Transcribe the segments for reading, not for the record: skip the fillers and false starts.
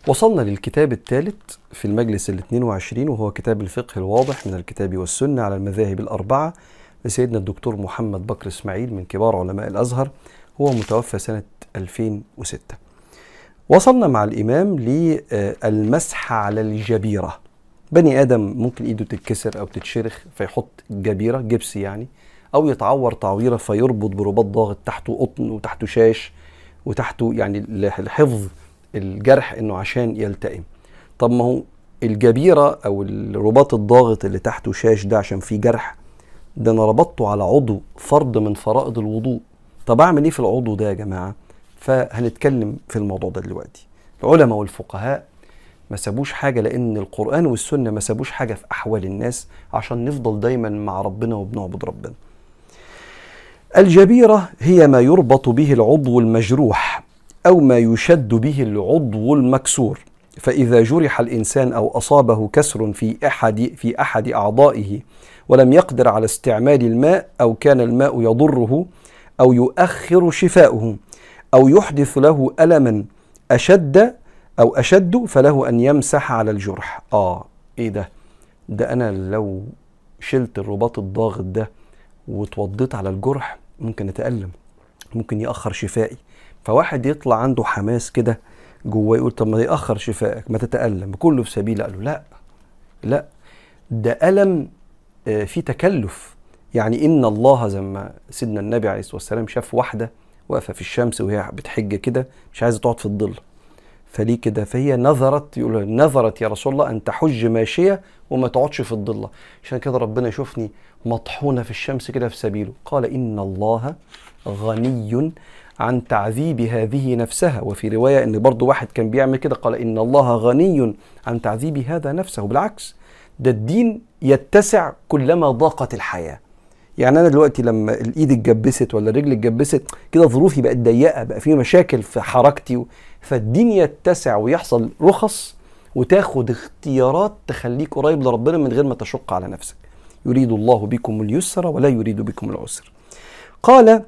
وصلنا للكتاب الثالث في المجلس 22، وهو كتاب الفقه الواضح من الكتاب والسنة على المذاهب الأربعة لسيدنا الدكتور محمد بكر إسماعيل من كبار علماء الأزهر. هو متوفى سنة 2006. وصلنا مع الإمام للمسح على الجبيرة. بني آدم ممكن إيده تتكسر أو تتشرخ فيحط جبيرة جبس يعني، أو يتعور تعويرة فيربط برباط ضاغط تحته قطن وتحته شاش وتحته يعني لحفظ الجرح إنه عشان يلتئم. طب ما هو الجبيرة أو الرباط الضاغط اللي تحته شاش ده عشان فيه جرح، ده أنا ربطته على عضو فرض من فرائض الوضوء. طب أعمل إيه في العضو ده يا جماعة؟ فهنتكلم في الموضوع ده دلوقتي. العلماء والفقهاء ما سابوش حاجة، لأن القرآن والسنة ما سابوش حاجة في أحوال الناس عشان نفضل دايما مع ربنا وبنعبد ربنا. الجبيرة هي ما يربط به العضو المجروح أو ما يشد به العضو المكسور، فإذا جرح الإنسان أو أصابه كسر في أحد أعضائه ولم يقدر على استعمال الماء، أو كان الماء يضره أو يؤخر شفاؤه أو يحدث له ألما أشد فله أن يمسح على الجرح. إيه ده؟ ده أنا لو شلت الرباط الضاغط ده وتوضيت على الجرح ممكن أتألم، ممكن يأخر شفائي. فواحد يطلع عنده حماس كده جواه يقول طب ما يأخر شفائك، ما تتألم كله في سبيل. قالوا لا، ده ألم في تكلف. يعني إن الله زي ما سيدنا النبي عليه الصلاة والسلام شاف واحدة واقفة في الشمس وهي بتحج كده مش عايزة تقعد في الظل، فليه كده؟ فهي نذرت يا رسول الله أن تحج ماشية وما تقعدش في الظل، عشان كده ربنا يشوفني مطحونة في الشمس كده في سبيله. قال إن الله غني عن تعذيب هذه نفسها. وفي رواية إن برضو واحد كان بيعمل كده قال إن الله غني عن تعذيب هذا نفسه. بالعكس، ده الدين يتسع كلما ضاقت الحياة. يعني أنا دلوقتي لما الإيد اتجبست ولا الرجل اتجبست كده ظروفي بقت ضيقة، بقى في مشاكل في حركتي، فالدين يتسع ويحصل رخص وتاخد اختيارات تخليك قريب لربنا من غير ما تشق على نفسك. يريد الله بكم اليسر ولا يريد بكم العسر. قال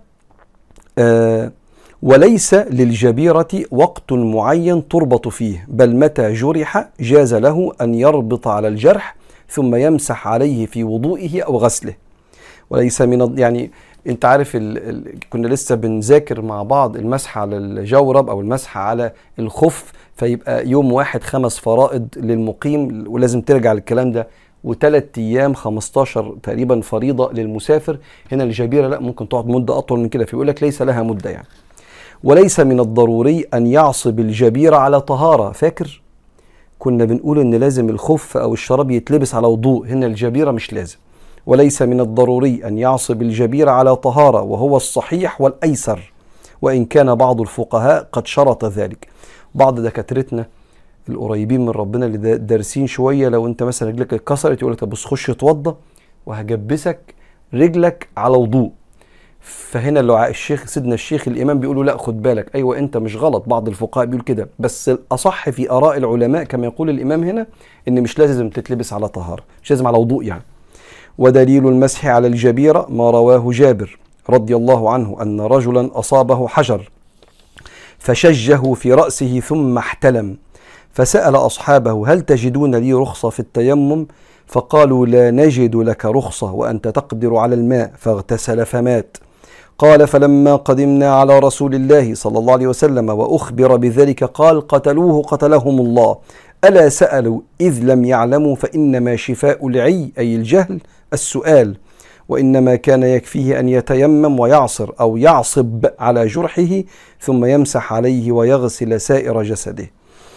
وليس للجبيرة وقت معين تربط فيه، بل متى جرح جاز له أن يربط على الجرح ثم يمسح عليه في وضوئه أو غسله. وليس من يعني انت عارف كنا لسه بنذاكر مع بعض المسح على الجورب او المسح على الخف، فيبقى يوم واحد 5 فرائض للمقيم ولازم ترجع للكلام ده، و3 ايام 15 تقريبا فريضة للمسافر. هنا الجبيرة لا، ممكن تقعد مدة اطول من كده، فيقول لك ليس لها مدة يعني. وليس من الضروري ان يعصب الجبيرة على طهارة. فاكر كنا بنقول ان لازم الخف او الشراب يتلبس على وضوء، هنا الجبيرة مش لازم. وليس من الضروري أن يعصب الجبيرة على طهارة، وهو الصحيح والأيسر، وإن كان بعض الفقهاء قد شرط ذلك. بعض دكاترتنا القريبين من ربنا اللي دارسين شوية، لو أنت مثلا رجلك اتكسرت يقول لك طب بص خش اتوضى وهجبسك رجلك على وضوء. فهنا لو سيدنا الشيخ الإمام بيقولوا لا خد بالك، أيوة أنت مش غلط، بعض الفقهاء بيقول كده، بس الأصح في آراء العلماء كما يقول الإمام هنا إن مش لازم تتلبس على طهارة، مش لازم على وضوء يعني. ودليل المسح على الجبيرة ما رواه جابر رضي الله عنه أن رجلا أصابه حجر فشجه في رأسه ثم احتلم، فسأل أصحابه هل تجدون لي رخصة في التيمم؟ فقالوا لا نجد لك رخصة وأنت تقدر على الماء، فاغتسل فمات. قال فلما قدمنا على رسول الله صلى الله عليه وسلم وأخبر بذلك قال قتلوه قتلهم الله، ألا سألوا إذ لم يعلموا، فإنما شفاء العي أي الجهل السؤال، وإنما كان يكفيه أن يتيمم ويعصر أو يعصب على جرحه ثم يمسح عليه ويغسل سائر جسده.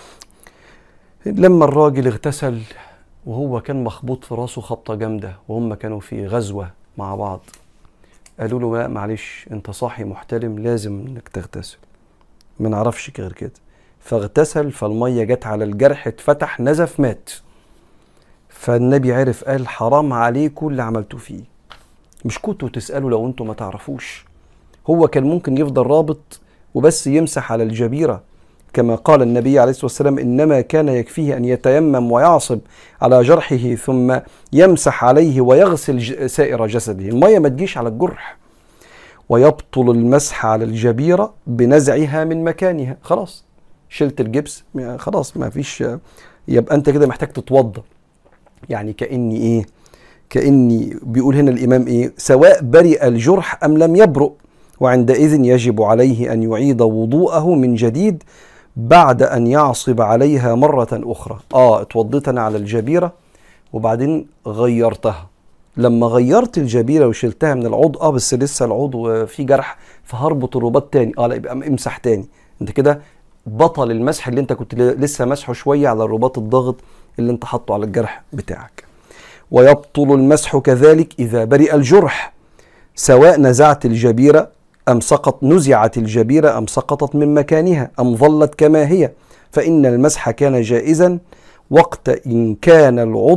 لما الراجل اغتسل وهو كان مخبوط في راسه خبطة جامدة، وهم كانوا في غزوة مع بعض، قالوا له لا معلش انت صاحي محترم لازم انك تغتسل، ما نعرفش غير كده. فاغتسل، فالمية جت على الجرح اتفتح نزف مات. فالنبي عرف قال حرام عليكم اللي عملتوا فيه، مش كنتوا تسألوا لو انتوا ما تعرفوش. هو كان ممكن يفضل رابط وبس يمسح على الجبيرة، كما قال النبي عليه الصلاة والسلام إنما كان يكفيه أن يتيمم ويعصب على جرحه ثم يمسح عليه ويغسل سائر جسده، المية ما تجيش على الجرح. ويبطل المسح على الجبيرة بنزعها من مكانها، خلاص شلت الجبس خلاص ما فيش، يبقى انت كده محتاج تتوضى. يعني كأني ايه، كأني بيقول هنا الامام ايه، سواء برئ الجرح ام لم يبرؤ، وعندئذ يجب عليه ان يعيد وضوءه من جديد بعد ان يعصب عليها مرة اخرى. اتوضيت انا على الجبيرة وبعدين غيرتها، لما غيرت الجبيرة وشلتها من العضو بس لسه العضو فيه جرح، فهربط الرباط تاني. لا يبقى امسح تاني. انت كده بطل المسح اللي انت كنت لسه مسحه شوية على الرباط الضاغط اللي انت حطه على الجرح بتاعك. ويبطل المسح كذلك إذا برئ الجرح، سواء نزعت الجبيرة أم نزعت الجبيرة أم سقطت من مكانها أم ظلت كما هي، فإن المسح كان جائزا وقت أن كان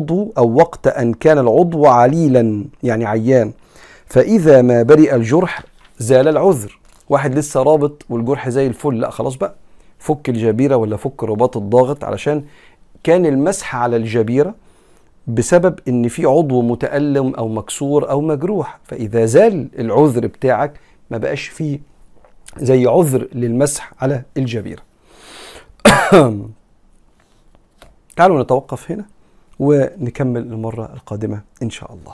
العضو عليلا يعني عيان. فإذا ما برئ الجرح زال العذر. واحد لسه رابط والجرح زي الفل، لا خلاص بقى فك الجبيرة ولا فك الرباط الضاغط، علشان كان المسح على الجبيرة بسبب ان في عضو متألم او مكسور او مجروح. فاذا زال العذر بتاعك ما بقاش فيه زي عذر للمسح على الجبيرة. تعالوا نتوقف هنا ونكمل المرة القادمة ان شاء الله.